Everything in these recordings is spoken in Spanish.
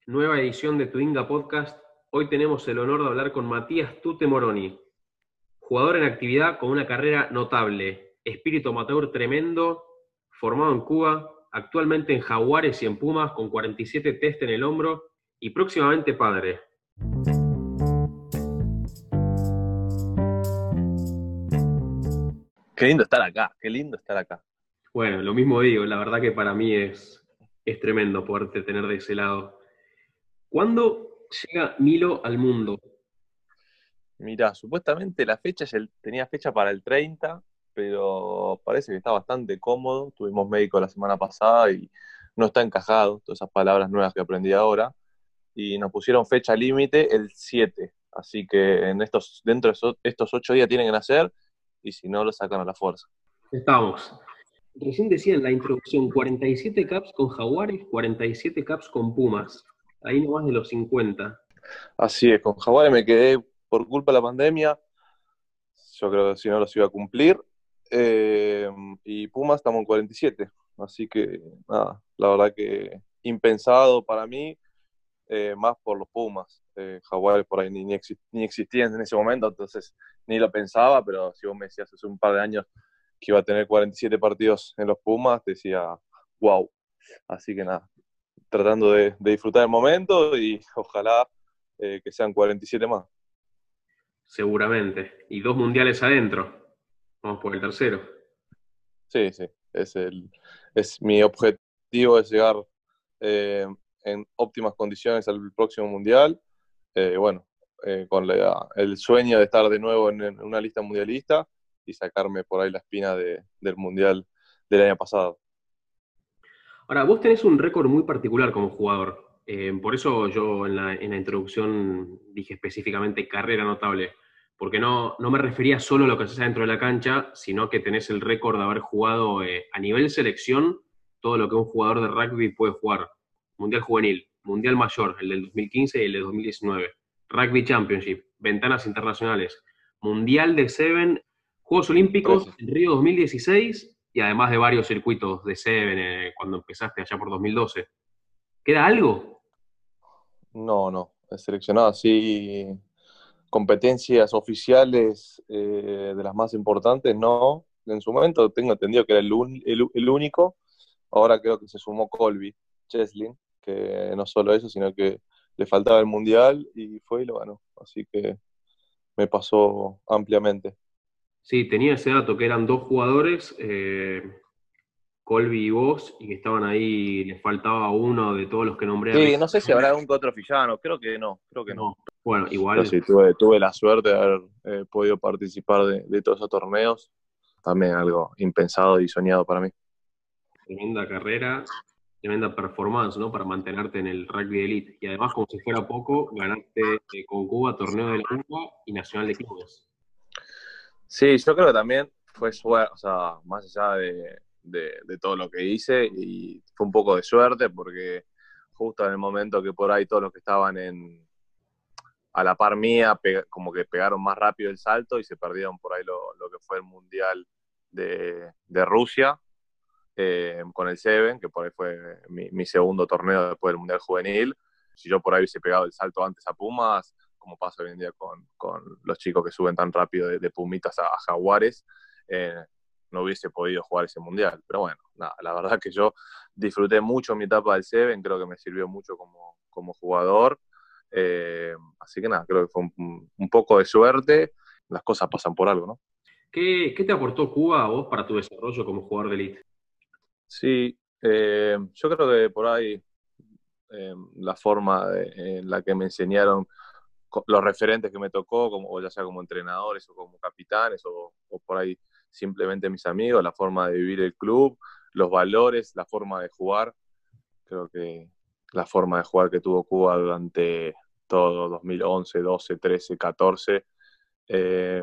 Nueva edición de Tuinga Podcast. Hoy tenemos el honor de hablar con Matías Tute Moroni, jugador en actividad con una carrera notable, espíritu amateur tremendo, formado en Cuba, actualmente en Jaguares y en Pumas con 47 test en el hombro y próximamente padre. Qué lindo estar acá, qué lindo estar acá. Bueno, lo mismo digo, la verdad que para mí es tremendo poderte tener de ese lado. ¿Cuándo llega Milo al mundo? Mirá, supuestamente tenía fecha para el 30, pero parece que está bastante cómodo. Tuvimos médico la semana pasada y no está encajado, todas esas palabras nuevas que aprendí ahora. Y nos pusieron fecha límite el 7. Así que dentro de estos 8 días tienen que nacer, y si no, lo sacan a la fuerza. Estamos. Recién decía en la introducción, 47 caps con Jaguares, 47 caps con Pumas. Ahí no más de los 50. Así es, con Jaguares me quedé por culpa de la pandemia. Yo creo que si no los iba a cumplir. Y Pumas estamos en 47. Así que, nada, la verdad que impensado para mí, más por los Pumas. Jaguares por ahí ni existían en ese momento, entonces ni lo pensaba, pero si vos me decías hace un par de años que iba a tener 47 partidos en los Pumas, te decía, wow. Así que nada, tratando de disfrutar el momento y ojalá que sean 47 más. Seguramente. Y 2 mundiales adentro. Vamos por el tercero. Sí, sí, es mi objetivo es llegar eh, en óptimas condiciones al próximo mundial. Bueno, con el sueño de estar de nuevo en una lista mundialista y sacarme por ahí la espina del mundial del año pasado. Ahora, vos tenés un récord muy particular como jugador. Por eso yo en la introducción dije específicamente carrera notable. Porque no me refería solo a lo que haces dentro de la cancha, sino que tenés el récord de haber jugado a nivel selección todo lo que un jugador de rugby puede jugar. Mundial juvenil, mundial mayor, el del 2015 y el del 2019. Rugby Championship, ventanas internacionales, mundial de Seven, Juegos Olímpicos Preciso. en Río 2016 y además de varios circuitos de Seven cuando empezaste allá por 2012. ¿Queda algo? No, no, seleccionado así competencias oficiales de las más importantes, no. En su momento tengo entendido que era el único. Ahora creo que se sumó Colby Cheslin, que no solo eso, sino que le faltaba el mundial y fue y lo ganó. Así que me pasó ampliamente. Sí, tenía ese dato que eran 2 jugadores, Colby y vos, y que estaban ahí, les faltaba uno de todos los que nombré Sí, recién. no sé si habrá algún que otro Fillano, creo que no, creo que no. No. Bueno, Pero igual, sí, tuve la suerte de haber podido participar de todos esos torneos. También algo impensado y soñado para mí. tremenda carrera, tremenda performance, ¿no? Para mantenerte en el rugby elite. Y además, como si fuera poco, ganaste con Cuba torneo de la UBA y Nacional de Clubes. Sí, yo creo que también fue suerte, o sea, más allá de todo lo que hice, y fue un poco de suerte porque justo en el momento que por ahí todos los que estaban a la par mía, como que pegaron más rápido el salto y se perdieron por ahí lo que fue el Mundial de Rusia, con el Seven, que por ahí fue mi segundo torneo después del Mundial Juvenil. Si yo por ahí hubiese pegado el salto antes a Pumas, como pasa hoy en día con los chicos que suben tan rápido de Pumitas a Jaguares, eh, no hubiese podido jugar ese Mundial. Pero bueno, nada, la verdad que yo disfruté mucho mi etapa del Seven, creo que me sirvió mucho como jugador. Así que nada, creo que fue un poco de suerte. Las cosas pasan por algo, ¿no? ¿Qué te aportó Cuba a vos para tu desarrollo como jugador de elite? Sí, yo creo que por ahí la forma en la que me enseñaron los referentes que me tocó, como, ya sea como entrenadores o como capitanes o por ahí simplemente mis amigos, la forma de vivir el club, los valores, la forma de jugar. Creo que la forma de jugar que tuvo Cuba durante todo 2011, 12, 13, 14, eh,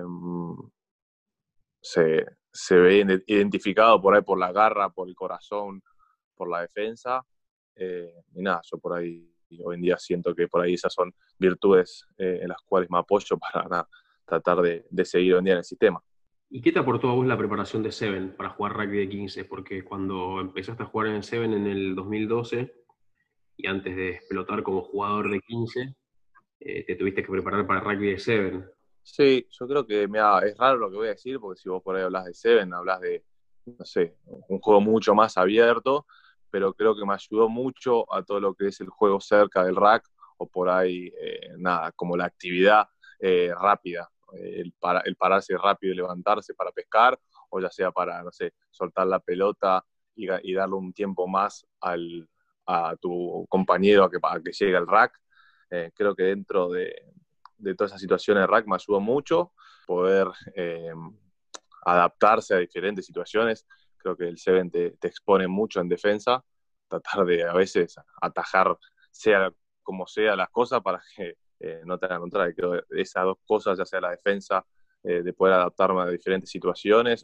se ve identificado por ahí por la garra, por el corazón, por la defensa. Y nada, yo por ahí hoy en día siento que por ahí esas son virtudes en las cuales me apoyo para nada, tratar de seguir hoy en día en el sistema. ¿Y qué te aportó a vos la preparación de Seven para jugar rugby de 15? Porque cuando empezaste a jugar en el Seven en el 2012, y antes de explotar como jugador de 15, te tuviste que preparar para rugby de 7. Sí, yo creo que, mira, es raro lo que voy a decir, porque si vos por ahí hablas de Seven, hablas de, no sé, un juego mucho más abierto, pero creo que me ayudó mucho a todo lo que es el juego cerca del rack, o por ahí, nada, como la actividad rápida, el pararse rápido y levantarse para pescar, o ya sea para, no sé, soltar la pelota y darle un tiempo más a tu compañero a que llegue al rack. Creo que dentro de todas esas situaciones de rack me ayudó mucho poder adaptarse a diferentes situaciones. Creo que el Seven te expone mucho en defensa, tratar de a veces atajar, sea como sea las cosas, para que no te hagan contra. Creo que esas dos cosas, ya sea la defensa, de poder adaptarme a diferentes situaciones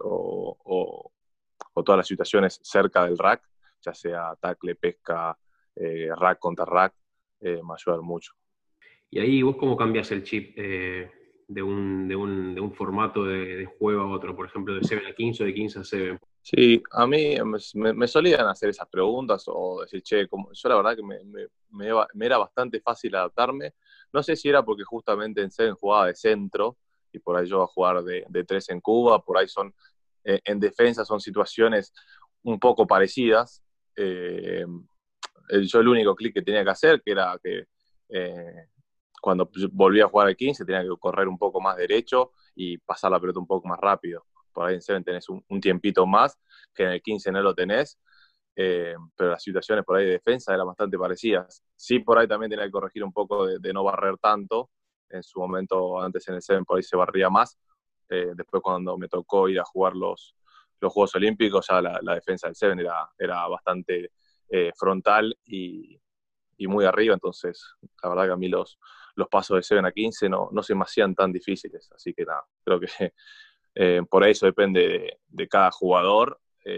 o todas las situaciones cerca del rack, ya sea tackle, pesca, rack contra rack, me ayudaron mucho. Y ahí vos cómo cambias el chip de un formato de juego a otro, por ejemplo, de 7 a 15 o de 15 a 7. Sí, a mí me solían hacer esas preguntas o decir, che, yo la verdad que me era bastante fácil adaptarme. No sé si era porque justamente en Seven jugaba de centro y por ahí yo a jugar de tres en Cuba, por ahí en defensa son situaciones un poco parecidas. Eh, yo el único clic que tenía que hacer, que era que eh, cuando volví a jugar al 15 tenía que correr un poco más derecho y pasar la pelota un poco más rápido. Por ahí en Seven tenés un tiempito más, que en el 15 no lo tenés, pero las situaciones por ahí de defensa eran bastante parecidas. Sí, por ahí también tenía que corregir un poco de no barrer tanto. En su momento, antes en el Seven por ahí se barría más. Después cuando me tocó ir a jugar los Juegos Olímpicos, ya la defensa del Seven era bastante frontal y muy arriba, entonces la verdad que a mí los pasos de 7 a 15 no se me hacían tan difíciles, así que nada, creo que por eso depende de cada jugador.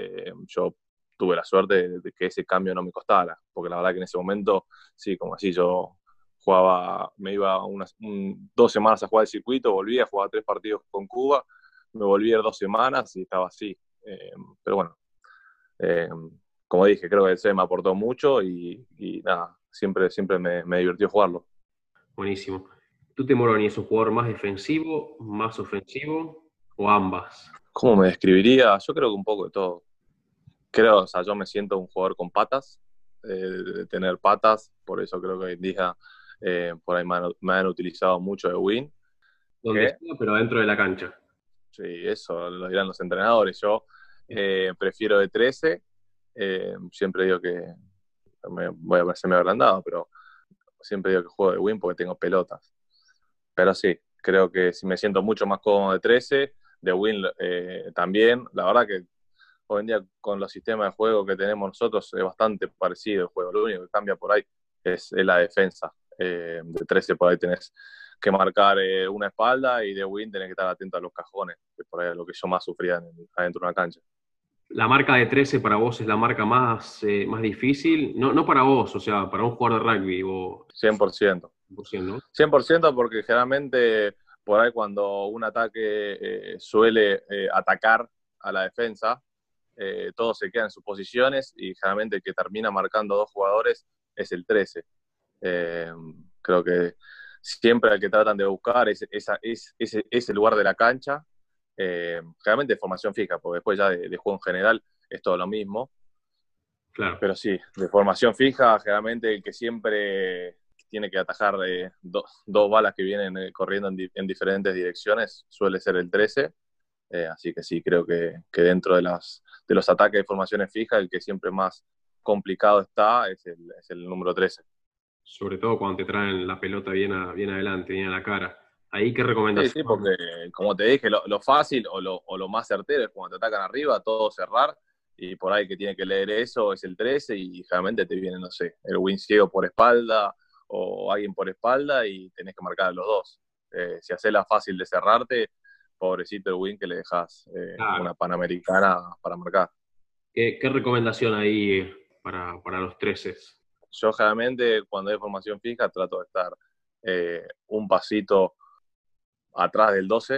Yo tuve la suerte de que ese cambio no me costara, porque la verdad que en ese momento, sí, como así, yo jugaba, me iba 2 semanas a jugar el circuito, volvía, jugaba 3 partidos con Cuba, me volví a ir 2 semanas y estaba así. Pero bueno, eh, como dije, creo que el C me aportó mucho y nada, siempre me divirtió jugarlo. Buenísimo. ¿Tú te Moroni es un jugador más defensivo, más ofensivo o ambas? ¿Cómo me describiría? Yo creo que un poco de todo. Creo, o sea, yo me siento un jugador con patas, de tener patas, por eso creo que hoy en día por ahí me han utilizado mucho de win, Donde que sea, pero dentro de la cancha. sí, eso lo dirán los entrenadores. Yo prefiero de 13, siempre digo que voy a parecerme agrandado, pero siempre digo que juego de win porque tengo pelotas. Pero sí, creo que si me siento mucho más cómodo de 13, de win también. La verdad que hoy en día con los sistemas de juego que tenemos nosotros es bastante parecido el juego. Lo único que cambia por ahí es la defensa. De 13 por ahí tenés que marcar una espalda y de win tenés que estar atento a los cajones, que por ahí es lo que yo más sufría adentro de una cancha. ¿La marca de 13 para vos es la marca más difícil? No, no para vos, o sea, para un jugador de rugby, vos, 100%. 100%, ¿no? 100% porque generalmente por ahí cuando un ataque suele atacar a la defensa, todos se quedan en sus posiciones y generalmente el que termina marcando dos jugadores es el 13. Eh, Creo que siempre el que tratan de buscar ese lugar de la cancha, generalmente de formación fija, porque después ya de juego en general es todo lo mismo, Claro. pero sí, de formación fija, generalmente el que siempre tiene que atajar dos balas que vienen corriendo en diferentes direcciones suele ser el 13. Así que sí, creo que dentro de los ataques de formaciones fijas, el que siempre más complicado está es el número 13. Sobre todo cuando te traen la pelota bien adelante, bien a la cara. Ahí, ¿qué Sí, sí, recomendación? porque como te dije, lo fácil o lo más certero es cuando te atacan arriba, todo cerrar, y por ahí que tiene que leer eso es el 13 y generalmente te viene, no sé, el win ciego por espalda o alguien por espalda y tenés que marcar a los dos. Si haces la fácil de cerrarte, pobrecito el win que le dejas Claro. una panamericana para marcar. ¿Qué recomendación ahí para los 13? Yo generalmente cuando hay formación fija trato de estar un pasito atrás del 12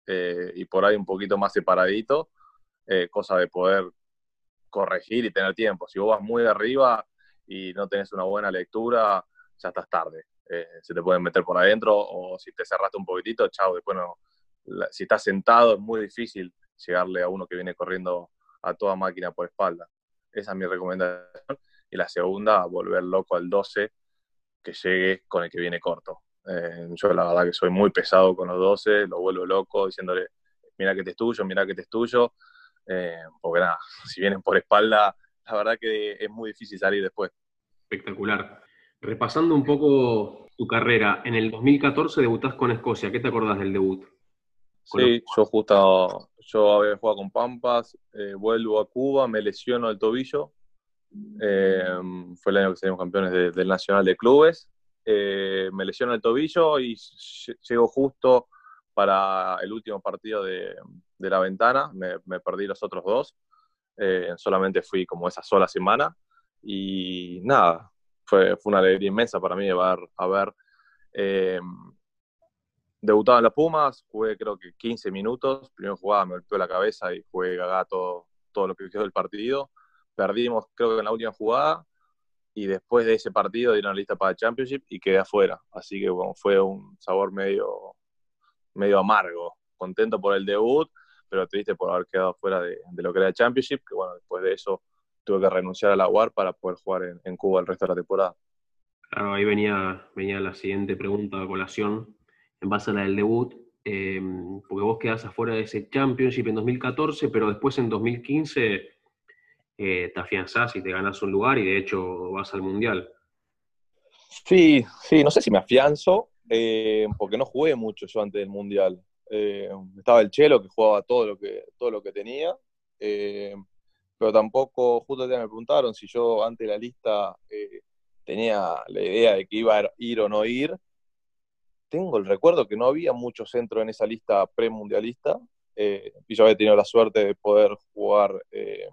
y por ahí un poquito más separadito, cosa de poder corregir y tener tiempo. Si vos vas muy arriba y no tenés una buena lectura, ya estás tarde. Se te pueden meter por adentro, o si te cerraste un poquitito, chao, después no. Si estás sentado es muy difícil llegarle a uno que viene corriendo a toda máquina por espalda. Esa es mi recomendación. Y la segunda, volver loco al 12, que llegue con el que viene corto. Yo la verdad que soy muy pesado con los 12, lo vuelvo loco diciéndole, mira que te es tuyo, mira que te es tuyo, porque nada, si vienen por espalda, la verdad que es muy difícil salir después. Espectacular. Repasando un poco tu carrera, en el 2014 debutás con Escocia. ¿Qué te acordás del debut? Con los... Sí, yo había jugado con Pampas, vuelvo a Cuba, me lesiono el tobillo, eh, fue el año que salimos campeones del Nacional de Clubes, me lesiono el tobillo y llego justo para el último partido de la ventana, me perdí los otros dos, solamente fui como esa sola semana y nada, fue una alegría inmensa para mí haber eh, debutado en los Pumas, jugué creo que 15 minutos, primero jugaba, me golpeó la cabeza y jugué gaga todo lo que quedó del partido. Perdimos creo que en la última jugada y después de ese partido dieron la lista para el Championship y quedé afuera. Así que bueno, fue un sabor medio amargo. Contento por el debut, pero triste por haber quedado fuera de lo que era el Championship, que bueno, después de eso tuve que renunciar a la UAR para poder jugar en Cuba el resto de la temporada. Claro, ahí venía la siguiente pregunta a colación, en base a la del debut, porque vos quedás afuera de ese Championship en 2014, pero después en 2015 te afianzás y te ganás un lugar y de hecho vas al Mundial. Sí, sí, no sé si me afianzo, porque no jugué mucho yo antes del Mundial. Estaba el Chelo, que jugaba todo lo que tenía, eh, pero tampoco, justo el día me preguntaron si yo antes de la lista tenía la idea de que iba a ir o no ir. Tengo el recuerdo que no había mucho centro en esa lista premundialista, y yo había tenido la suerte de poder jugar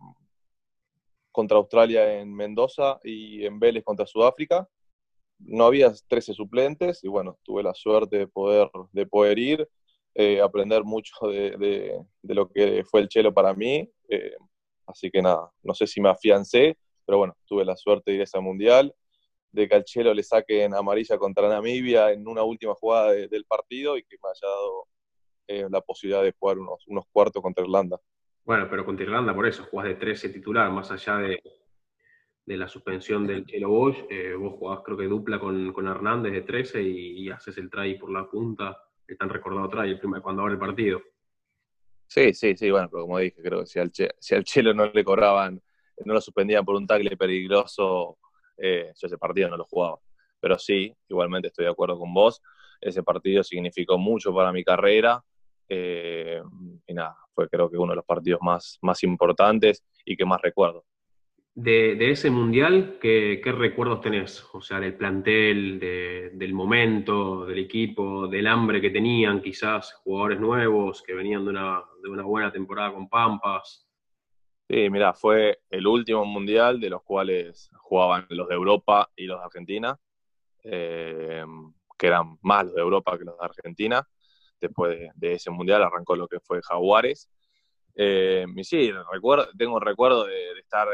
contra Australia en Mendoza y en Vélez contra Sudáfrica. No había 13 suplentes y bueno, tuve la suerte de poder ir, aprender mucho de lo que fue el Chelo para mí. Así que nada, no sé si me afiancé, pero bueno, tuve la suerte de ir a ese mundial, de que al Chelo le saquen amarilla contra Namibia en una última jugada del partido y que me haya dado la posibilidad de jugar unos cuartos contra Irlanda. Bueno, pero contra Irlanda por eso jugás de 13 titular, más allá de la suspensión del Chelo Bosch, vos jugás creo que dupla con Hernández de 13 y haces el try por la punta, el tan recordado try, el primer, cuando abre el partido. Sí, sí, sí, bueno, pero como dije, creo que si al Chelo no le cobraban, no lo suspendían por un tackle peligroso, yo ese partido no lo jugaba. Pero sí, igualmente estoy de acuerdo con vos, ese partido significó mucho para mi carrera, eh, y nada, fue creo que uno de los partidos más importantes y que más recuerdo. De ese mundial, ¿qué recuerdos tenés? O sea, del plantel, del momento, del equipo, del hambre que tenían, quizás jugadores nuevos que venían de una buena temporada con Pampas. Sí, mira, fue el último mundial de los cuales jugaban los de Europa y los de Argentina, eh, que eran más los de Europa que los de Argentina. Después de ese mundial arrancó lo que fue Jaguares. Y sí, tengo recuerdo de estar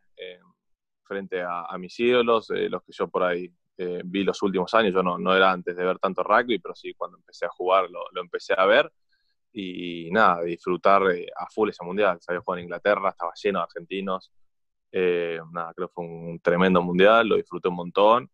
frente a mis ídolos, los que yo por ahí vi los últimos años. Yo no era antes de ver tanto rugby, pero sí cuando empecé a jugar lo empecé a ver. Y nada, disfrutar a full ese mundial. Sabía jugar en Inglaterra, estaba lleno de argentinos. Nada, creo que fue un tremendo mundial, lo disfruté un montón.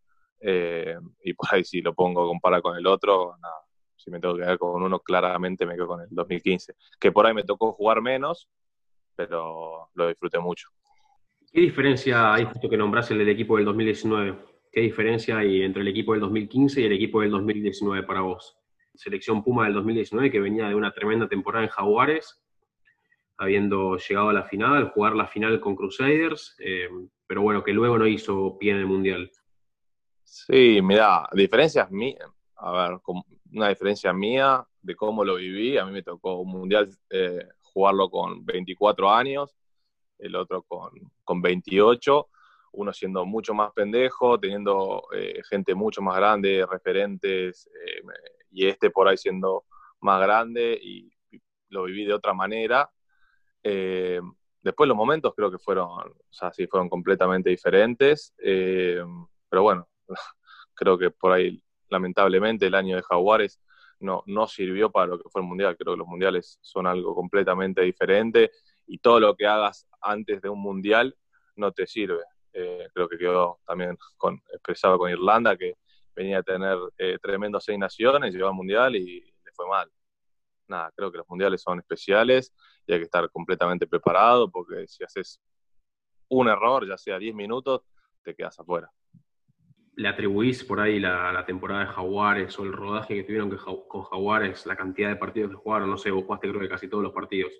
Y por ahí si lo pongo a comparar con el otro, nada, si me tengo que quedar con uno, claramente me quedo con el 2015, que por ahí me tocó jugar menos, pero lo disfruté mucho. ¿Qué diferencia hay, justo que nombrás el del equipo del 2019? ¿Qué diferencia hay entre el equipo del 2015 y el equipo del 2019 para vos? Selección Puma del 2019 que venía de una tremenda temporada en Jaguares, habiendo llegado a la final, jugar la final con Crusaders, pero bueno, que luego no hizo pie en el Mundial. Sí, mirá, diferencias mías, a ver, una diferencia mía de cómo lo viví, a mí me tocó un mundial jugarlo con 24 años, el otro con 28, uno siendo mucho más pendejo, teniendo gente mucho más grande, referentes, y este por ahí siendo más grande y lo viví de otra manera. Después los momentos creo que fueron, o sea, sí, fueron completamente diferentes, pero bueno, creo que por ahí, lamentablemente, el año de Jaguares no sirvió para lo que fue el Mundial. Creo que los Mundiales son algo completamente diferente y todo lo que hagas antes de un Mundial no te sirve. Creo que quedó también expresado con Irlanda, que venía a tener tremendos 6 naciones, llegó al Mundial y le fue mal. Nada, creo que los Mundiales son especiales y hay que estar completamente preparado porque si haces un error, ya sea 10 minutos, te quedas afuera. ¿Le atribuís por ahí la temporada de Jaguares o el rodaje que tuvieron con Jaguares, la cantidad de partidos que jugaron? No sé, vos jugaste creo que casi todos los partidos.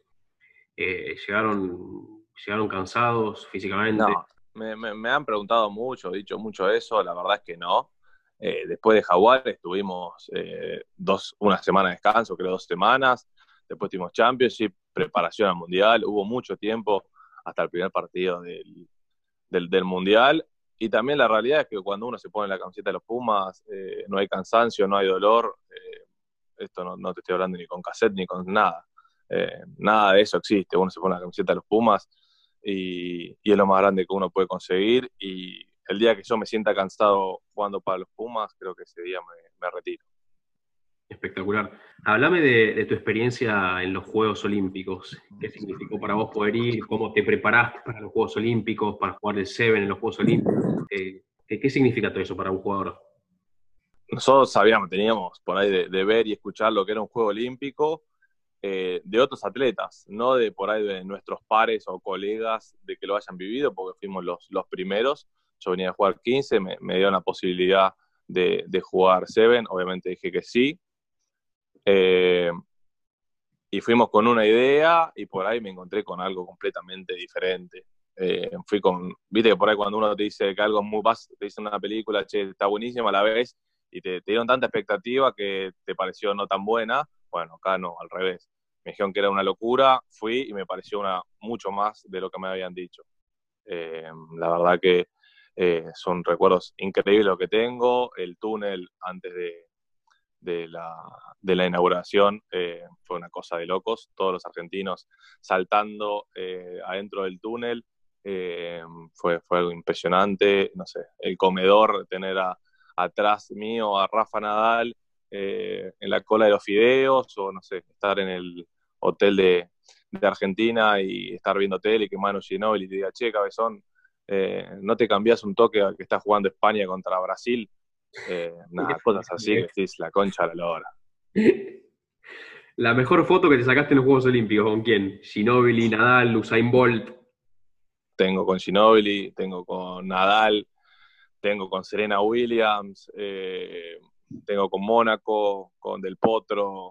¿Llegaron cansados físicamente? No, me han preguntado mucho, dicho mucho eso, la verdad es que no. Después de Jaguares tuvimos una semana de descanso, creo 2 semanas, después tuvimos Championship, preparación al Mundial, hubo mucho tiempo hasta el primer partido del Mundial, y también la realidad es que cuando uno se pone la camiseta de los Pumas, no hay cansancio, no hay dolor, esto no te estoy hablando ni con cassette ni con nada. Nada de eso existe. Uno se pone la camiseta de los Pumas y es lo más grande que uno puede conseguir. Y el día que yo me sienta cansado jugando para los Pumas, creo que ese día me retiro. Espectacular. Háblame de tu experiencia en los Juegos Olímpicos. ¿Qué significó para vos poder ir? ¿Cómo te preparaste para los Juegos Olímpicos, para jugar el Seven en los Juegos Olímpicos? ¿Qué significa todo eso para un jugador? Nosotros sabíamos, teníamos por ahí de ver y escuchar lo que era un juego olímpico de otros atletas, no de por ahí de nuestros pares o colegas de que lo hayan vivido, porque fuimos los primeros. Yo venía a jugar 15, me dieron la posibilidad de jugar Seven, obviamente dije que sí. Eh, y fuimos con una idea y por ahí me encontré con algo completamente diferente. Viste que por ahí cuando uno te dice que algo es te dice una película, che, está buenísima a la vez, y te dieron tanta expectativa que te pareció no tan buena. Bueno, acá no, al revés. Me dijeron que era una locura, fui y me pareció mucho más de lo que me habían dicho. La verdad que son recuerdos increíbles lo que tengo. El túnel antes de la, de la inauguración fue una cosa de locos, todos los argentinos saltando adentro del túnel, fue algo impresionante, no sé, el comedor, tener atrás mío a Rafa Nadal en la cola de los fideos, o no sé, estar en el hotel de Argentina y estar viendo tele y que Manu Ginóbili te diga, che, cabezón, no te cambias un toque a que está jugando España contra Brasil. Nada, cosas así que decís la concha de la lora. La mejor foto que te sacaste en los Juegos Olímpicos, ¿con quién? Ginóbili, Nadal, Usain Bolt. Tengo con Ginóbili, tengo con Nadal, tengo con Serena Williams, tengo con Mónaco, con Del Potro,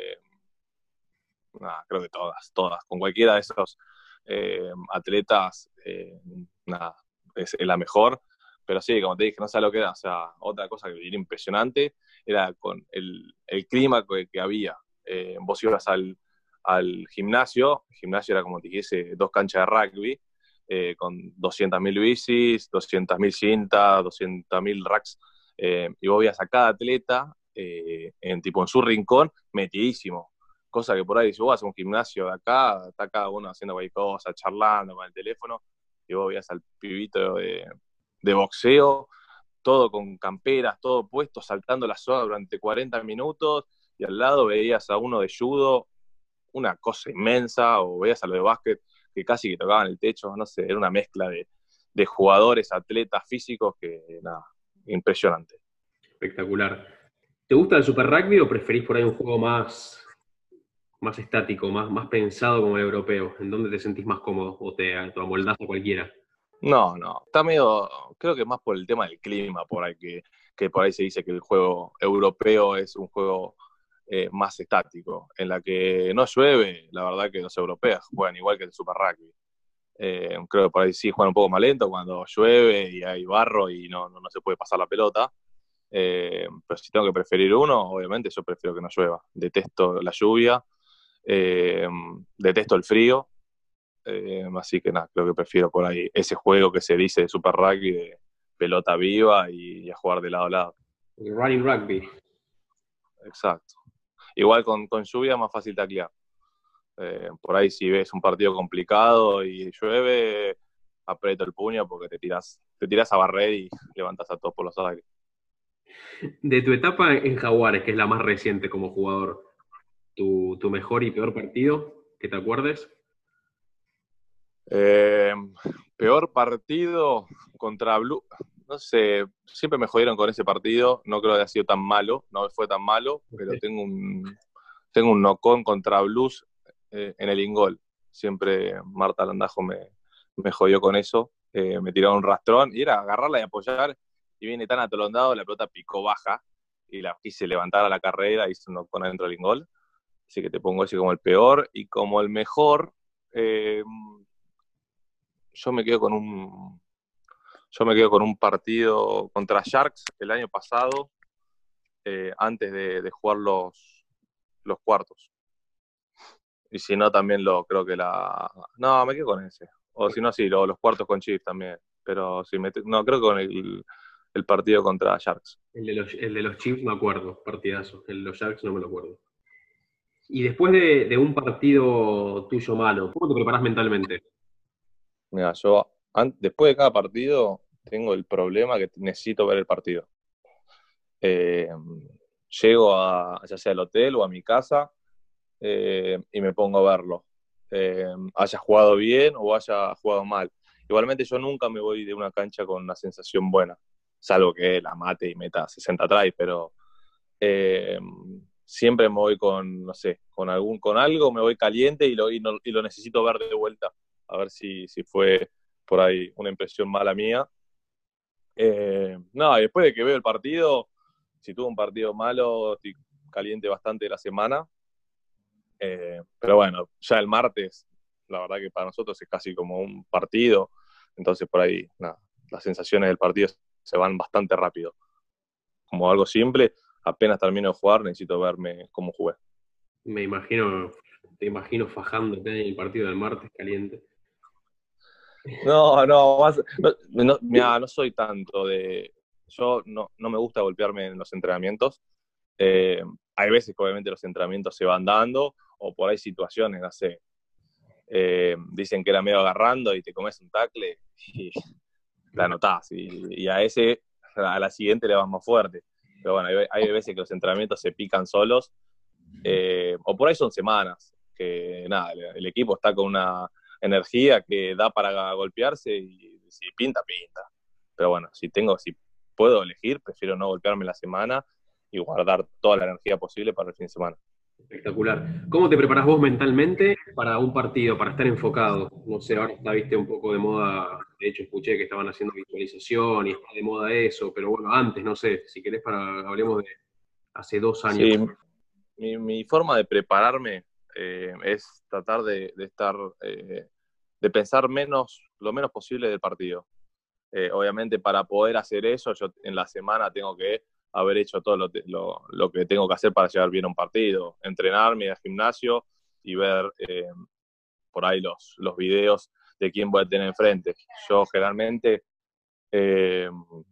nada, creo que todas. Con cualquiera de esos atletas, nada, es la mejor. Pero sí, como te dije, no sé lo que era. O sea, otra cosa que era impresionante era con el clima que había. Vos ibas al gimnasio, el gimnasio era como te dijese 2 canchas de rugby, con 200.000 bicis, 200.000 cintas, 200.000 racks, y vos veías a cada atleta en su rincón metidísimo, cosa que por ahí si vos vas a un gimnasio de acá, está cada uno haciendo cualquier cosa, charlando con el teléfono, y vos veías al pibito de boxeo, todo con camperas, todo puesto, saltando la soga durante 40 minutos, y al lado veías a uno de judo, una cosa inmensa, o veías a los de básquet que casi que tocaban el techo, no sé, era una mezcla de jugadores, atletas, físicos, que nada, impresionante. Espectacular. ¿Te gusta el Super Rugby o preferís por ahí un juego más estático, más pensado como el europeo? ¿En dónde te sentís más cómodo o te amoldás a cualquiera? No, está medio, creo que más por el tema del clima, por ahí que por ahí se dice que el juego europeo es un juego más estático, en la que no llueve, la verdad que los europeos juegan igual que el Super Rugby. Creo que por ahí sí juegan un poco más lento cuando llueve y hay barro y no se puede pasar la pelota. Pero si tengo que preferir uno, obviamente yo prefiero que no llueva. Detesto la lluvia, eh, detesto el frío, así que nada, creo que prefiero por ahí ese juego que se dice de Super Rugby, de pelota viva y a jugar de lado a lado. El Running Rugby. Exacto. Igual con lluvia es más fácil taclear. Por ahí si ves un partido complicado y llueve, aprieto el puño porque te tirás a barrer y levantas a todos por los aires. De tu etapa en Jaguares, que es la más reciente como jugador, tu mejor y peor partido, que te acuerdes. Eh, Peor partido contra Blue. No sé, siempre me jodieron con ese partido. No creo que haya sido tan malo, no fue tan malo, pero tengo un knock-on contra Blues en el ingol. Siempre Marta Landajo me jodió con eso. Me tiraron un rastrón y era agarrarla y apoyar. Y viene tan atolondado, la pelota picó baja y la quise levantar a la carrera y hice un knock-on adentro del ingol. Así que te pongo ese como el peor. Y como el mejor, eh, yo me quedo con un yo me quedo con un partido contra Sharks el año pasado, antes de jugar los cuartos. Y si no, también creo que No, me quedo con ese. O si no, sí, los cuartos con Chiefs también. Pero sí, no, creo que con el partido contra Sharks. El de los Chiefs me acuerdo, partidazo. El de los Sharks no me lo acuerdo. Y después de un partido tuyo malo, ¿cómo te preparas mentalmente? Mira, yo después de cada partido tengo el problema que necesito ver el partido. Eh, Llego ya sea al hotel o a mi casa, y me pongo a verlo. Haya jugado bien o haya jugado mal. Igualmente yo nunca me voy de una cancha con una sensación buena, salvo que la mate y meta 60 tries, pero eh, siempre me voy con, no sé, con algo, me voy caliente y lo necesito ver de vuelta, a ver si fue por ahí una impresión mala mía. No, y después de que veo el partido, si tuvo un partido malo, estoy caliente bastante de la semana. Pero bueno, ya el martes, la verdad que para nosotros es casi como un partido, entonces por ahí, nada, las sensaciones del partido se van bastante rápido. Como algo simple, apenas termino de jugar, necesito verme cómo jugué. Me imagino, te imagino fajándote en el partido del martes caliente. No, no, no, mirá, no soy tanto de... Yo no me gusta golpearme en los entrenamientos. Eh, Hay veces que obviamente los entrenamientos se van dando, o por ahí situaciones, no sé, dicen que era medio agarrando y te comes un tackle y la anotás. Y a la siguiente le vas más fuerte. Pero bueno, hay veces que los entrenamientos se pican solos, o por ahí son semanas, que nada, el equipo está con una energía que da para golpearse y si pinta, pinta. Pero bueno, si puedo elegir, prefiero no golpearme la semana y guardar toda la energía posible para el fin de semana. Espectacular. ¿Cómo te preparás vos mentalmente para un partido, para estar enfocado? No sé, ahora está, viste, un poco de moda, de hecho escuché que estaban haciendo visualización y está de moda eso, pero bueno, antes, no sé, si querés hablemos de hace 2 años. Sí, mi forma de prepararme es tratar de estar, de pensar lo menos posible del partido. Obviamente para poder hacer eso, yo en la semana tengo que haber hecho todo lo que tengo que hacer para llegar bien a un partido, entrenarme, ir al gimnasio y ver por ahí los videos de quién voy a tener enfrente. Yo generalmente, eh,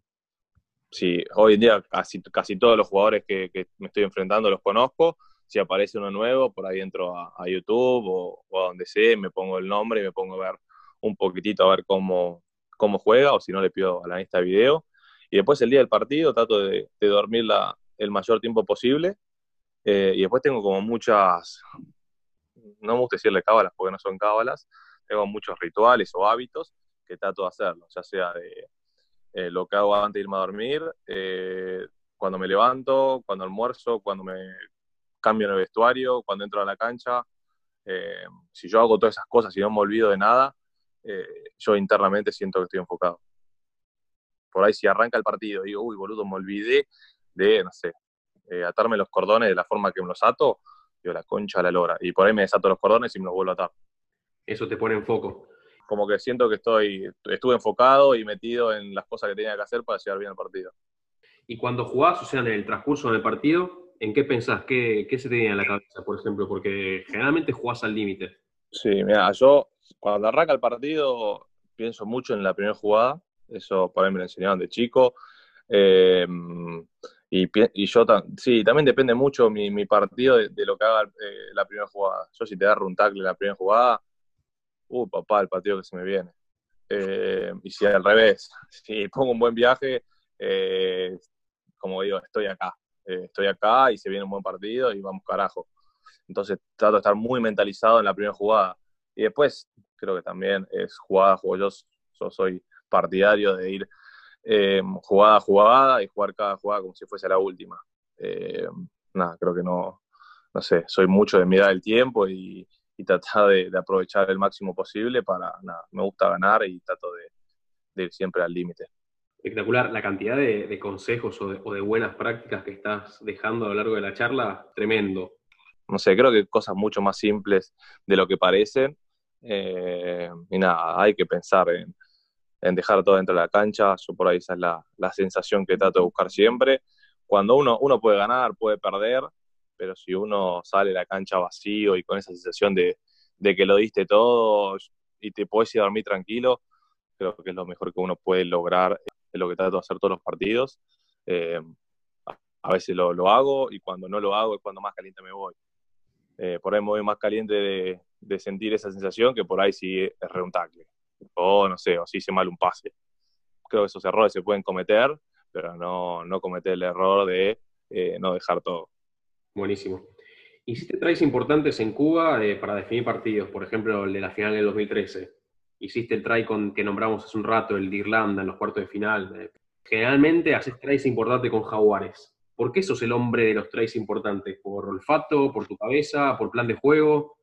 sí, hoy en día casi todos los jugadores que me estoy enfrentando los conozco. Si aparece uno nuevo, por ahí entro a YouTube o a donde sea, me pongo el nombre y me pongo a ver un poquitito a ver cómo juega, o si no le pido a la lista de video. Y después el día del partido trato de dormir el mayor tiempo posible. Y después tengo como muchas, no me gusta decirle cábalas porque no son cábalas, tengo muchos rituales o hábitos que trato de hacerlo, ya sea de lo que hago antes de irme a dormir, cuando me levanto, cuando almuerzo, cuando me cambio en el vestuario, cuando entro a la cancha. Si yo hago todas esas cosas y no me olvido de nada, eh, yo internamente siento que estoy enfocado. Por ahí si arranca el partido y digo, uy, boludo, me olvidé de, no sé, atarme los cordones de la forma que me los ato, digo, la concha de la lora. Y por ahí me desato los cordones y me los vuelvo a atar. Eso te pone en foco. Como que siento que estuve enfocado y metido en las cosas que tenía que hacer para llegar bien al partido. Y cuando jugás, o sea, en el transcurso del partido, ¿en qué pensás? ¿Qué se te viene a la cabeza, por ejemplo? Porque generalmente jugás al límite. Sí, mira, yo cuando arranca el partido pienso mucho en la primera jugada, eso por ahí me lo enseñaron de chico. Eh, Y yo, sí, también depende mucho mi partido de lo que haga la primera jugada. Yo si te agarro un tackle la primera jugada, papá, el partido que se me viene. Y si al revés, si pongo un buen viaje, eh, como digo, estoy acá y se viene un buen partido y vamos carajo. Entonces trato de estar muy mentalizado en la primera jugada. Y después creo que también es jugada a juego. Yo soy partidario de ir jugada a jugada y jugar cada jugada como si fuese la última. Eh, Nada, creo que no sé, soy mucho de mirar el tiempo y tratar de aprovechar el máximo posible para, nada, me gusta ganar y trato de ir siempre al límite. Espectacular. La cantidad de consejos o de buenas prácticas que estás dejando a lo largo de la charla, tremendo. No sé, creo que cosas mucho más simples de lo que parecen. Y nada, hay que pensar en dejar todo dentro de la cancha. Yo por ahí esa es la sensación que trato de buscar siempre. Cuando uno puede ganar, puede perder, pero si uno sale a la cancha vacío y con esa sensación de que lo diste todo y te puedes ir a dormir tranquilo, creo que es lo mejor que uno puede lograr, es lo que trato de hacer todos los partidos. Eh, a veces lo hago y cuando no lo hago es cuando más caliente me voy. Por ahí me voy más caliente de sentir esa sensación que por ahí si es re un tackle. O no sé, o si hice mal un pase. Creo que esos errores se pueden cometer, pero no cometer el error de no dejar todo. Buenísimo. Hiciste tries importantes en Cuba para definir partidos, por ejemplo, el de la final del 2013. Hiciste el try que nombramos hace un rato, el de Irlanda en los cuartos de final. Generalmente haces tries importantes con Jaguares. ¿Por qué sos el hombre de los tries importantes? ¿Por olfato, por tu cabeza, por plan de juego?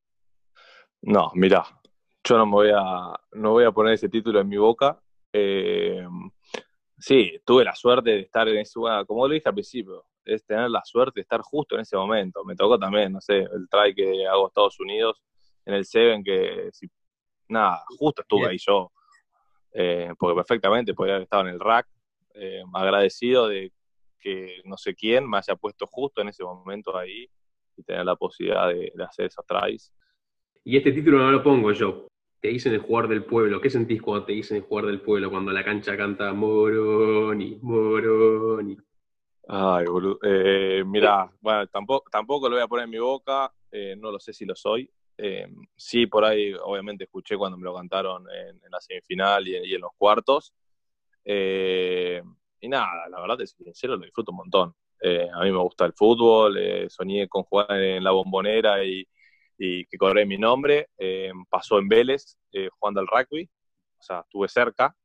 No, mirá, yo no voy a poner ese título en mi boca. Eh, sí, tuve la suerte de estar en ese lugar, como lo dije al principio, es tener la suerte de estar justo en ese momento. Me tocó también, no sé, el try que hago a Estados Unidos en el Seven, que si, nada, justo estuve Bien. ahí yo, porque perfectamente podría haber estado en el rack, agradecido de que no sé quién me haya puesto justo en ese momento ahí y tener la posibilidad de hacer esos tries. Y este título no lo pongo yo. Te dicen el jugador del pueblo. ¿Qué sentís cuando te dicen el jugador del pueblo? Cuando la cancha canta Moroni, Moroni. Ay, boludo. Mirá, bueno, tampoco lo voy a poner en mi boca, no lo sé si lo soy. Sí, por ahí obviamente escuché cuando me lo cantaron en la semifinal y en los cuartos. Eh, y nada, la verdad, es sincero, lo disfruto un montón. A mí me gusta el fútbol, soñé con jugar en la Bombonera y que corré mi nombre. Pasó en Vélez jugando al rugby, o sea, estuve cerca.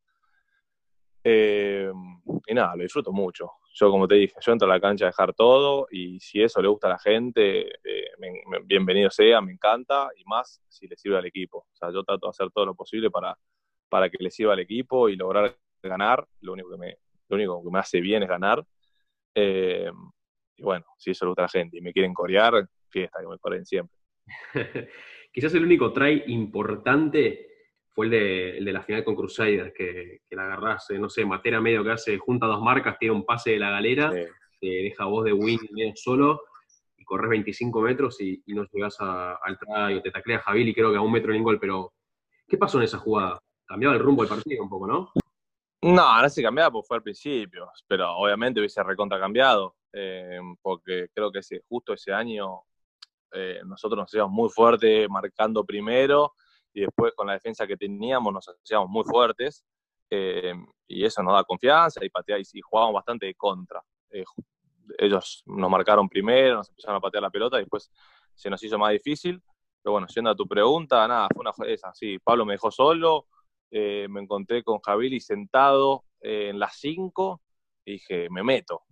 Eh, y nada, lo disfruto mucho. Yo, como te dije, yo entro a la cancha a dejar todo y si eso le gusta a la gente, bienvenido sea, me encanta y más si le sirve al equipo. O sea, yo trato de hacer todo lo posible para que le sirva al equipo y lograr ganar. Lo único que me hace bien es ganar. Eh, y bueno, si eso le gusta a la gente y me quieren corear, fiesta, que me coreen siempre. Quizás el único try importante fue el de la final con Crusaders, que la agarrás, no sé, Matera medio que hace, junta dos marcas, tira un pase de la galera, Sí. te deja vos de win medio solo, y corres 25 metros y no llegás al try, o te taclea Javili, creo que a un metro en gol, pero ¿qué pasó en esa jugada? Cambiaba el rumbo del partido un poco, ¿no? No se cambiaba porque fue al principio, pero obviamente hubiese recontra cambiado, porque creo que justo ese año nosotros nos hacíamos muy fuertes marcando primero y después con la defensa que teníamos nos hacíamos muy fuertes y eso nos da confianza y jugábamos bastante de contra. Ellos nos marcaron primero, nos empezaron a patear la pelota y después se nos hizo más difícil. Pero bueno, yendo a tu pregunta, nada, fue una esa, sí, Pablo me dejó solo, me encontré con Javili sentado en las 5 y dije, me meto.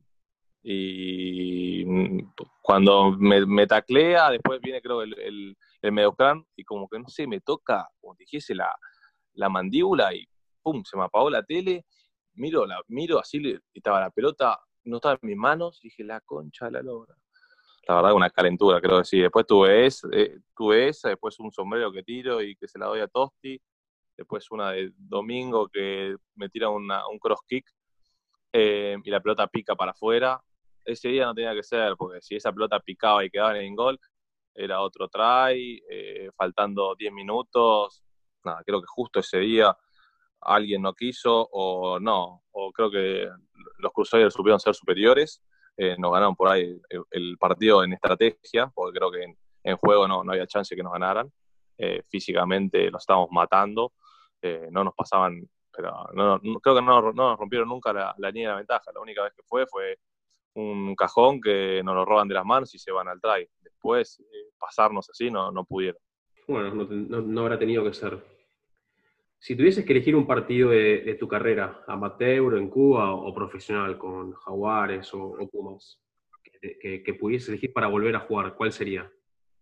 Y cuando me taclea, después viene creo el Medocran y como que no sé, me toca, como te dijese, la mandíbula y pum, se me apagó la tele, miro así, estaba la pelota, no estaba en mis manos, y dije, la concha de la lora. La verdad, una calentura, creo que sí. Después tuve esa, después un sombrero que tiro y que se la doy a Tosti, después una de domingo que me tira un cross kick y la pelota pica para afuera. Ese día no tenía que ser, porque si esa pelota picaba y quedaba en el gol, era otro try, faltando 10 minutos. Nada, creo que justo ese día alguien no quiso o no, o creo que los Crusaders supieron ser superiores, nos ganaron por ahí el partido en estrategia, porque creo que en juego no había chance que nos ganaran. Físicamente los estábamos matando, no nos pasaban, pero creo que no nos rompieron nunca la línea de ventaja. La única vez que fue un cajón que nos lo roban de las manos y se van al try. Después, pasarnos así no pudieron. Bueno, no habrá tenido que ser. Si tuvieses que elegir un partido de tu carrera, amateur en Cuba o profesional, con Jaguares o Pumas, que pudieses elegir para volver a jugar, ¿cuál sería?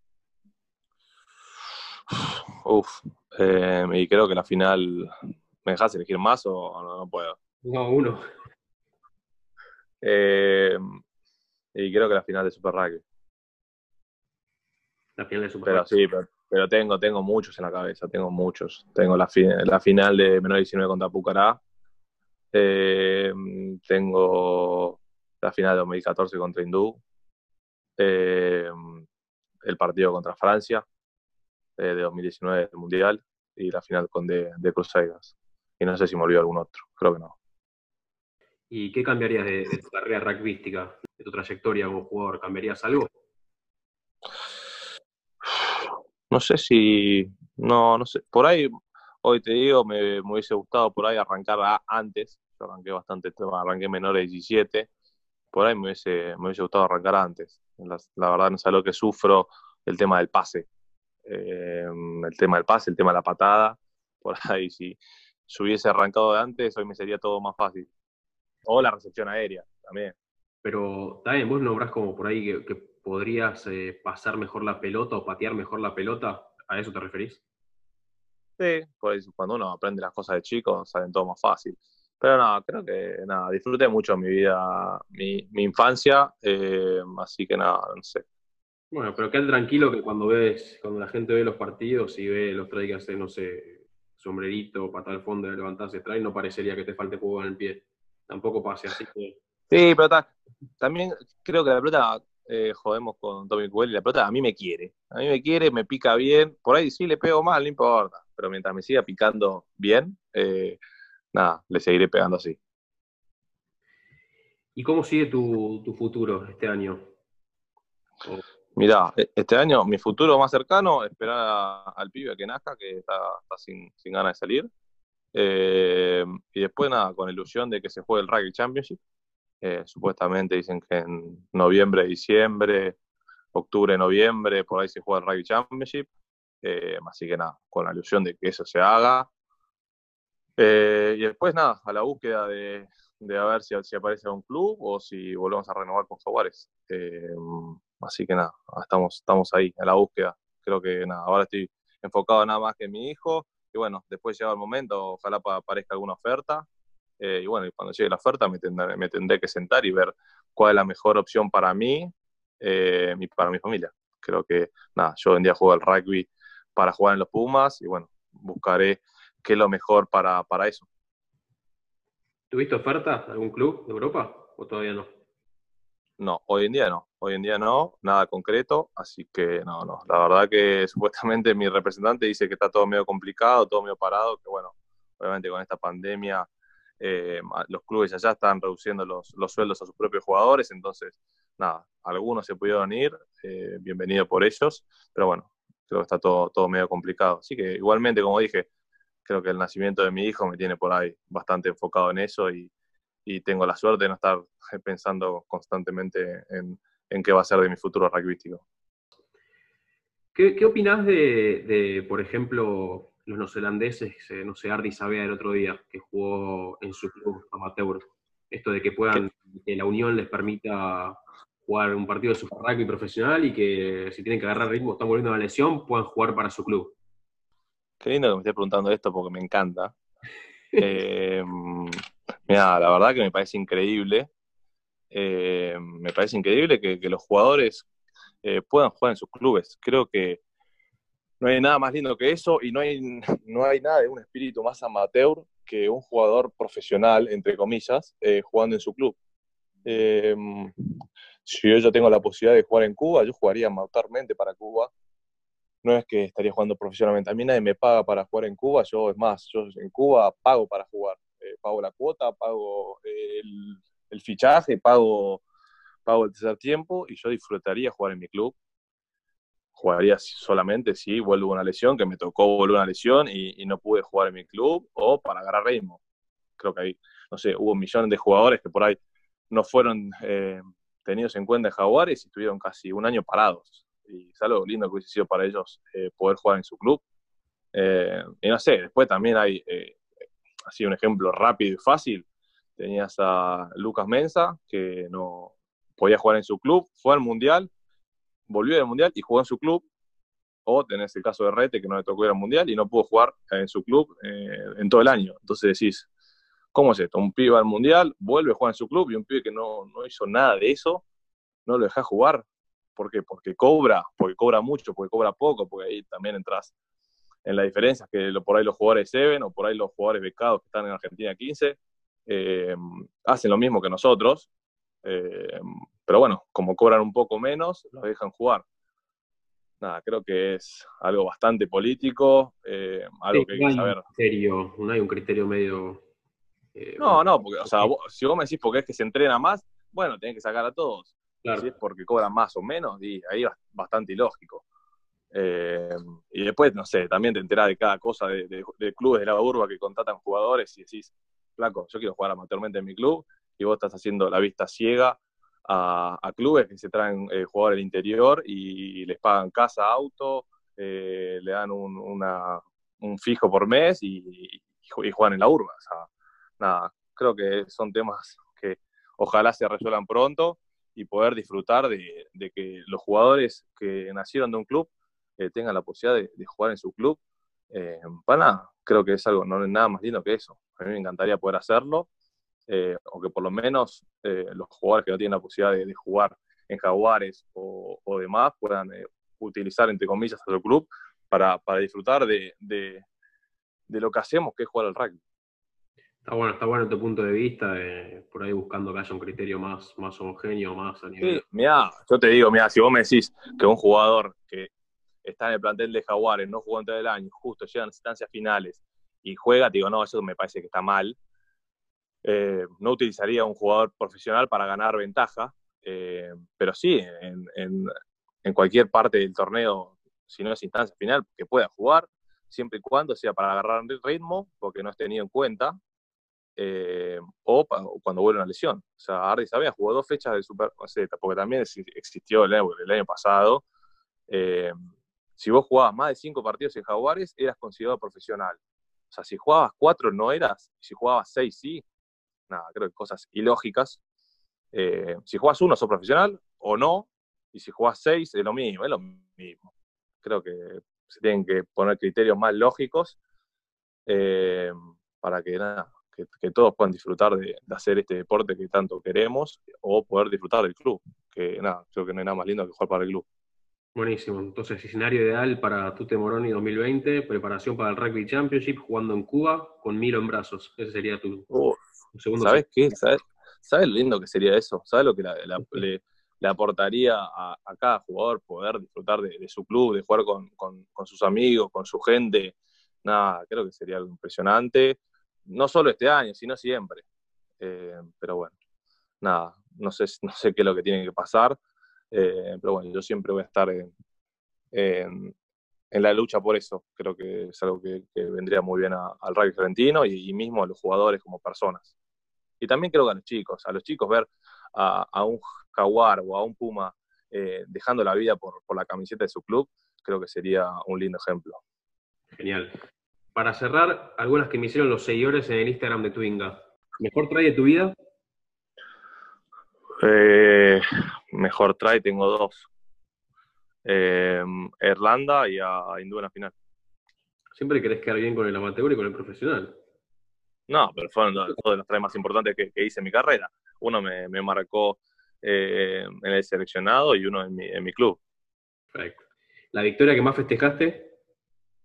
Uf, y creo que la final, ¿me dejas elegir más o no puedo? No, uno. Eh, y creo que la final de Super Rugby. La final de Super Pero Rugby. sí, pero tengo muchos en la cabeza, tengo muchos. Tengo la final de menor 19 contra Pucará. Eh, Tengo la final de 2014 contra Hindú. Eh, el partido contra Francia de 2019 del Mundial. Y la final de Crusaders. Y no sé si me olvidó algún otro, creo que no. ¿Y qué cambiarías de tu carrera rugbyística, de tu trayectoria como jugador? ¿Cambiarías algo? No sé si, no sé, por ahí, hoy te digo, me hubiese gustado por ahí arrancar antes, yo arranqué bastante, arranqué menor de 17, por ahí me hubiese gustado arrancar antes. La verdad no sé lo que sufro, el tema del pase, el tema de la patada, por ahí si hubiese arrancado de antes, hoy me sería todo más fácil. O la recepción aérea, también. Pero también vos nombrás como por ahí que podrías pasar mejor la pelota o patear mejor la pelota. ¿A eso te referís? Sí, pues cuando uno aprende las cosas de chico, salen todo más fácil. Pero no, creo que nada, disfruté mucho mi vida, mi infancia, así que nada, no sé. Bueno, pero quédate tranquilo que cuando la gente ve los partidos y ve los tries que hacen, no sé, sombrerito, patada al fondo, levantarse try, no parecería que te falte juego en el pie. Tampoco pase, así que, Sí, pero también creo que la pelota, jodemos con Tommy Cubel, y la pelota a mí me quiere. A mí me quiere, me pica bien. Por ahí sí le pego mal, no importa. Pero mientras me siga picando bien, nada, le seguiré pegando así. ¿y cómo sigue tu futuro este año? O- Mirá, este año mi futuro más cercano, esperar al pibe que nazca, que está sin ganas de salir. Y después nada, con ilusión de que se juegue el Rugby Championship. Supuestamente dicen que en noviembre, diciembre, octubre, noviembre, por ahí se juega el Rugby Championship. Así que nada, con la ilusión de que eso se haga. Y después nada, a la búsqueda de a ver si aparece un club o si volvemos a renovar con Jaguares. Así que nada, estamos ahí, a la búsqueda. Creo que nada, ahora estoy enfocado nada más que en mi hijo. Y bueno, después llega el momento, ojalá aparezca alguna oferta. Y bueno, y cuando llegue la oferta me tendré que sentar y ver cuál es la mejor opción para mí y para mi familia. Creo que nada, yo hoy en día juego al rugby para jugar en los Pumas y bueno, buscaré qué es lo mejor para eso. ¿Tuviste oferta de algún club de Europa o todavía no? No, hoy en día no, nada concreto, así que no. La verdad que supuestamente mi representante dice que está todo medio complicado, todo medio parado, que bueno, obviamente con esta pandemia los clubes allá están reduciendo los sueldos a sus propios jugadores, entonces nada, algunos se pudieron ir, bienvenido por ellos, pero bueno, creo que está todo medio complicado. Así que igualmente, como dije, creo que el nacimiento de mi hijo me tiene por ahí bastante enfocado en eso y tengo la suerte de no estar pensando constantemente en qué va a ser de mi futuro rugbyístico. ¿Qué opinás por ejemplo, los neozelandeses, no sé, Ardi Sabea el otro día, que jugó en su club amateur? Esto de que Qué, que la unión les permita jugar un partido de Super Rugby profesional y que si tienen que agarrar ritmo, están volviendo a la lesión, puedan jugar para su club. qué lindo que me estés preguntando esto porque me encanta. Eh, Mira, la verdad que me parece increíble. Me parece increíble que los jugadores puedan jugar en sus clubes. Creo que no hay nada más lindo que eso y no hay nada de un espíritu más amateur que un jugador profesional, entre comillas, jugando en su club. Eh, si yo tengo la posibilidad de jugar en Cuba, yo jugaría amateurmente para Cuba. no es que estaría jugando profesionalmente. A mí nadie me paga para jugar en Cuba, yo es más, yo en Cuba pago para jugar. Pago la cuota, pago el fichaje, pago el tercer tiempo y yo disfrutaría jugar en mi club. Jugaría solamente si vuelvo una lesión, que me tocó volver una lesión y no pude jugar en mi club, o para agarrar ritmo. Creo que ahí, no sé, hubo millones de jugadores que por ahí no fueron tenidos en cuenta en Jaguares y estuvieron casi un año parados. Y es algo lindo que hubiese sido para ellos poder jugar en su club. Y no sé, después también hay, así un ejemplo rápido y fácil, tenías a Lucas Mensa, que no podía jugar en su club, fue al Mundial, volvió del Mundial y jugó en su club. O tenés el caso de Rete, que no le tocó ir al Mundial y no pudo jugar en su club en todo el año. Entonces decís, ¿cómo es esto? Un pibe va al Mundial, vuelve a jugar en su club y un pibe que no hizo nada de eso, no lo dejás jugar. ¿Por qué? Porque cobra mucho, porque cobra poco, porque ahí también entras en las diferencias que por ahí los jugadores Seven o por ahí los jugadores becados que están en Argentina 15 hacen lo mismo que nosotros, eh, pero bueno, como cobran un poco menos, los dejan jugar. Nada, creo que es algo bastante político, algo Sí, que hay no que hay un saber. criterio, no hay un criterio medio... No, no, porque, o sea, si vos me decís porque es que se entrena más, bueno, tenés que sacar a todos. Si es claro. porque cobran más o menos, y ahí es bastante ilógico. Eh, y después, no sé, también te enterás de cada cosa de clubes de la urba que contratan jugadores y decís, flaco, yo quiero jugar amateurmente en mi club, y vos estás haciendo la vista ciega a clubes que se traen jugadores del interior y les pagan casa, auto, le dan un fijo por mes y juegan en la urba. O sea, nada, creo que son temas que ojalá se resuelvan pronto y poder disfrutar de que los jugadores que nacieron de un club tengan la posibilidad de jugar en su club. Para nada, creo que es algo, no es nada más lindo que eso. A mí me encantaría poder hacerlo, o que por lo menos los jugadores que no tienen la posibilidad de jugar en Jaguares o demás puedan utilizar, entre comillas, a su club para disfrutar de lo que hacemos, que es jugar al rugby. Está bueno tu punto de vista, por ahí buscando que haya un criterio más homogéneo, más a nivel... Sí, mira, yo te digo, mira, si vos me decís que un jugador que está en el plantel de Jaguares, no jugó en todo el año, justo llegan a instancias finales y juega, te digo, no, eso me parece que está mal. No utilizaría un jugador profesional para ganar ventaja, pero sí, en cualquier parte del torneo, si no es instancia final, que pueda jugar, siempre y cuando sea para agarrar ritmo, porque no es tenido en cuenta, o cuando vuelve una lesión. O sea, Ardi Sabia jugó 2 fechas del Super Z, porque también existió el año pasado. Eh, si vos jugabas más de 5 partidos en Jaguares, eras considerado profesional. O sea, si jugabas 4 no eras, si jugabas 6 sí. Nada, creo que cosas ilógicas. Si jugás 1 sos profesional o no, y si jugás 6 es lo mismo, es lo mismo. Creo que se tienen que poner criterios más lógicos eh, para que nada, que todos puedan disfrutar de hacer este deporte que tanto queremos o poder disfrutar del club. Que nada, creo que no hay nada más lindo que jugar para el club. Buenísimo. Entonces, escenario ideal para Tute Moroni 2020, preparación para el Rugby Championship, jugando en Cuba con Milo en brazos. Ese sería tu segundo ¿Sabes set. qué? ¿Sabes lo lindo que sería eso? ¿Sabes lo que le aportaría a cada jugador poder disfrutar de su club, de jugar con sus amigos, con su gente? Nada, creo que sería algo impresionante. No solo este año, sino siempre. Pero bueno, nada, no sé qué es lo que tiene que pasar. Pero bueno, yo siempre voy a estar en, en la lucha por eso. Creo que es algo que vendría muy bien al rugby argentino y mismo a los jugadores como personas. Y también creo que a los chicos ver a un jaguar o a un puma dejando la vida por la camiseta de su club, creo que sería un lindo ejemplo. Genial. Para cerrar, algunas que me hicieron los seguidores en el Instagram de Twinga. ¿Mejor try de tu vida? Eh, Mejor try, tengo 2. Irlanda y a Hindú en la final. Siempre querés quedar bien con el amateur y con el profesional. No, pero fueron dos de los tries más importantes que hice en mi carrera. Uno me marcó en el seleccionado y uno en mi club. Perfecto. ¿La victoria que más festejaste?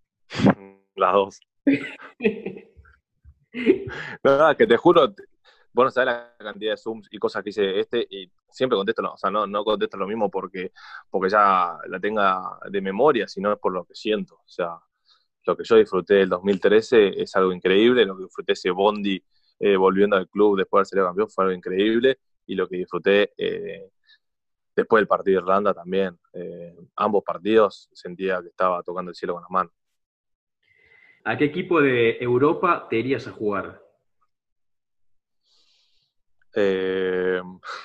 Las dos. No, que te juro, Vos no sabés la cantidad de Zooms y cosas que hice y siempre contesto, no, o sea, no contesto lo mismo porque ya la tenga de memoria, sino es por lo que siento. O sea, lo que yo disfruté del 2013 es algo increíble, lo que disfruté ese Bondi volviendo al club después de haber salido campeón fue algo increíble, y lo que disfruté después del partido de Irlanda también. Ambos partidos sentía que estaba tocando el cielo con las manos. ¿A qué equipo de Europa te irías a jugar? Eh,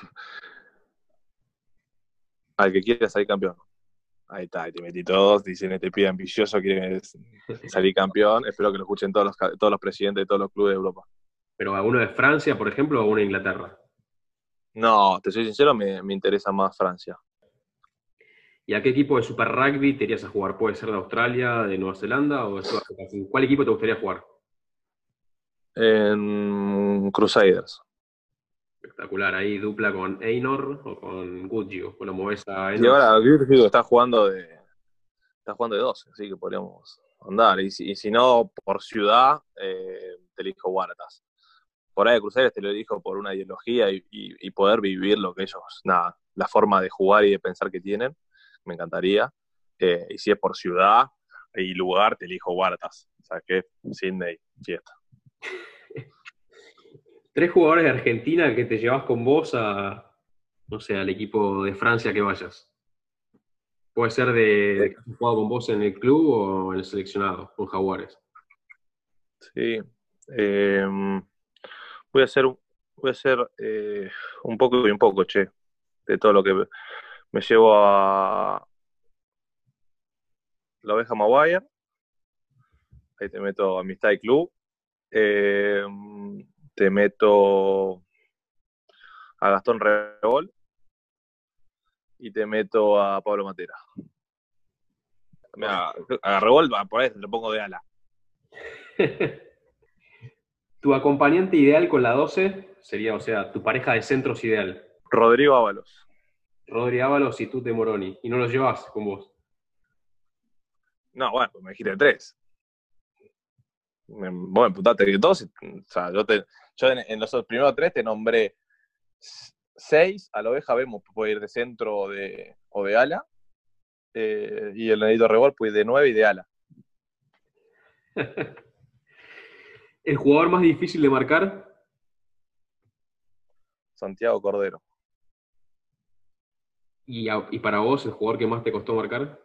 al que quiera salir campeón. Ahí está, ahí te metí todos, dicen este pibe ambicioso, quiere salir campeón. Espero que lo escuchen todos los presidentes de todos los clubes de Europa. ¿Pero a uno de Francia, por ejemplo, o a uno de Inglaterra? No, te soy sincero, me interesa más Francia. ¿Y a qué equipo de Super Rugby te irías a jugar? ¿Puede ser de Australia, de Nueva Zelanda o de Sudáfrica? ¿Cuál equipo te gustaría jugar? En Crusaders. Espectacular, ahí dupla con Einor o con Gudju, o lo moves a Y Einor. ahora Griffith está jugando de 12, así que podríamos andar. Y si no, por ciudad, te elijo Waratahs. Por ahí de Crusaders te lo elijo por una ideología y poder vivir lo que ellos, nada, la forma de jugar y de pensar que tienen, me encantaría. Y si es por ciudad y lugar, te elijo Waratahs. O sea, que Sydney, fiesta. 3 jugadores de Argentina que te llevas con vos a, no sé, al equipo de Francia que vayas. Puede ser de que has jugado con vos en el club o en el seleccionado, con Jaguares. Sí. Eh, voy a hacer, voy a hacer un poco y un poco, che, de todo lo que me llevo a la oveja Maguire. Ahí te meto Amistad y Club. Eh, te meto a Gastón Rebol y te meto a Pablo Matera. Mira, a Rebol, por ahí te lo pongo de ala. Tu acompañante ideal con la 12 sería, o sea, tu pareja de centros ideal. Rodrigo Ábalos. Rodri Ábalos y Tute Moroni. Y no los llevas con vos. No, bueno, pues me dijiste 3. Bueno, putate que 2. O sea, yo en los primeros 3 te nombré 6. A la oveja vemos, puede ir de centro o de ala. Y el Nenito Rebol puede ir de 9 y de ala. El jugador más difícil de marcar. Santiago Cordero. Y para vos, el jugador que más te costó marcar.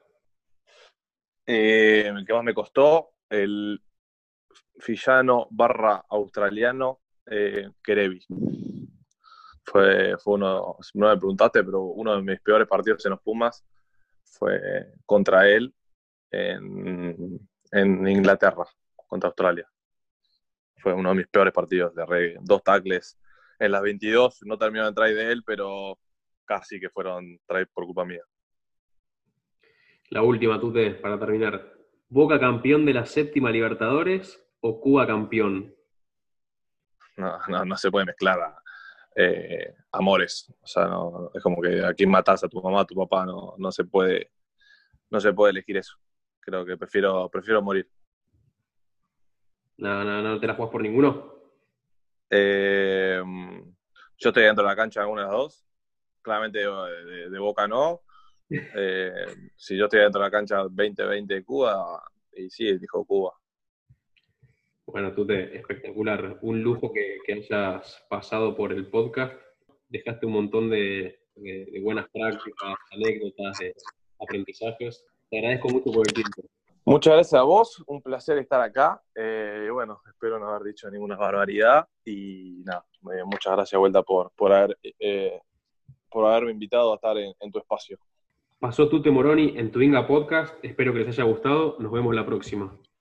El que más me costó, el fillano / australiano Kerevi. Fue uno, no me preguntaste, pero uno de mis peores partidos en los Pumas fue contra él en Inglaterra, contra Australia. Fue uno de mis peores partidos de reggae. 2 tackles en las 22, no terminaron de try de él, pero casi que fueron try por culpa mía. La última, Tute, para terminar. ¿Boca campeón de la 7ª Libertadores o Cuba campeón? No se puede mezclar amores. O sea, no, es como que a quién matás, a tu mamá, a tu papá, no se puede elegir eso. Creo que prefiero morir. No te la jugás por ninguno. Eh, yo estoy dentro de la cancha de alguna de las dos. Claramente de Boca no. Si yo estoy dentro de la cancha 2020 de Cuba, y sí, elijo Cuba. Bueno, Tute, espectacular. Un lujo que hayas pasado por el podcast. Dejaste un montón de buenas prácticas, anécdotas, de aprendizajes. Te agradezco mucho por el tiempo. Muchas gracias a vos, un placer estar acá. Bueno, espero no haber dicho ninguna barbaridad. Y nada, muchas gracias de vuelta por haberme invitado a estar en tu espacio. Pasó Tute Moroni en tu Inga Podcast. Espero que les haya gustado. Nos vemos la próxima.